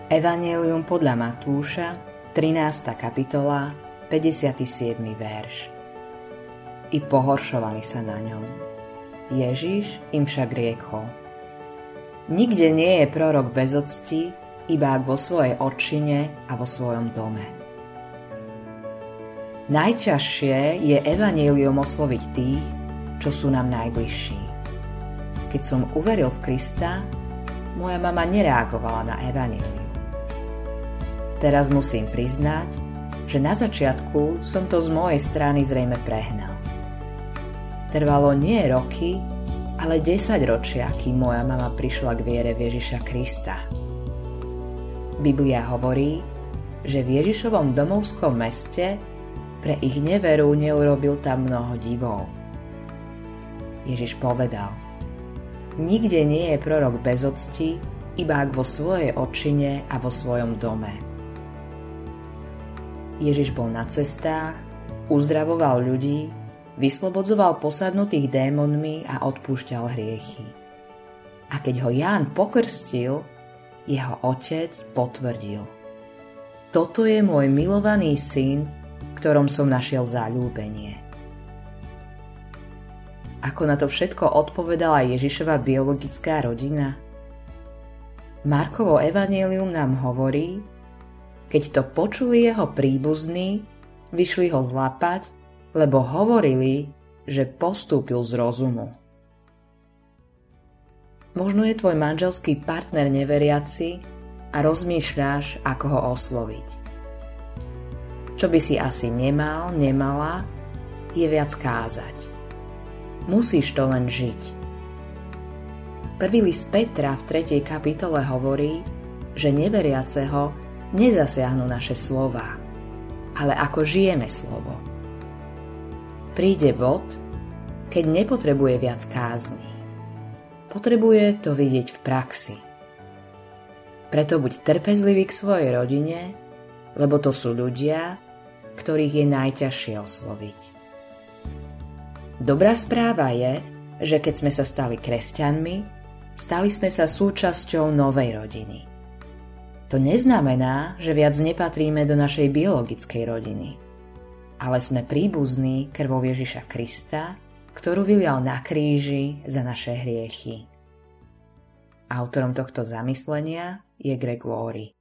Evanjelium podľa Matúša, 13. kapitola, 57. verš. I pohoršovali sa na ňom. Ježiš im však riekol: Nikde nie je prorok bez octi, iba vo svojej otčine a vo svojom dome. Najťažšie je evanjelium osloviť tých, čo sú nám najbližší. Keď som uveril v Krista, moja mama nereagovala na evanjelium. Teraz musím priznať, že na začiatku som to z mojej strany zrejme prehnal. Trvalo nie roky, ale 10 ročia, kým moja mama prišla k viere v Ježiša Krista. Biblia hovorí, že v Ježišovom domovskom meste pre ich neveru neurobil tam mnoho divov. Ježiš povedal: Nikde nie je prorok bez octi, iba vo svojej otčine a vo svojom dome. Ježiš bol na cestách, uzdravoval ľudí, vyslobodzoval posadnutých démonmi a odpúšťal hriechy. A keď ho Ján pokrstil, jeho otec potvrdil: Toto je môj milovaný syn, v ktorom som našiel zaľúbenie. Ako na to všetko odpovedala Ježišova biologická rodina? Markovo evanjelium nám hovorí, keď to počuli jeho príbuzní, vyšli ho zlapať, lebo hovorili, že postúpil z rozumu. Možno je tvoj manželský partner neveriaci a rozmýšľaš, ako ho osloviť. Čo by si asi nemala, je viac kázať. Musíš to len žiť. Prvý list Petra v 3. kapitole hovorí, že neveriaceho nezasiahnu naše slová, ale ako žijeme slovo. Príde bod, keď nepotrebuje viac kázni. Potrebuje to vidieť v praxi. Preto buď trpezlivý k svojej rodine, lebo to sú ľudia, ktorých je najťažšie osloviť. Dobrá správa je, že keď sme sa stali kresťanmi, stali sme sa súčasťou novej rodiny. To neznamená, že viac nepatríme do našej biologickej rodiny, ale sme príbuzní krvou Ježiša Krista, ktorú vylial na kríži za naše hriechy. Autorom tohto zamyslenia je Greg Laurie.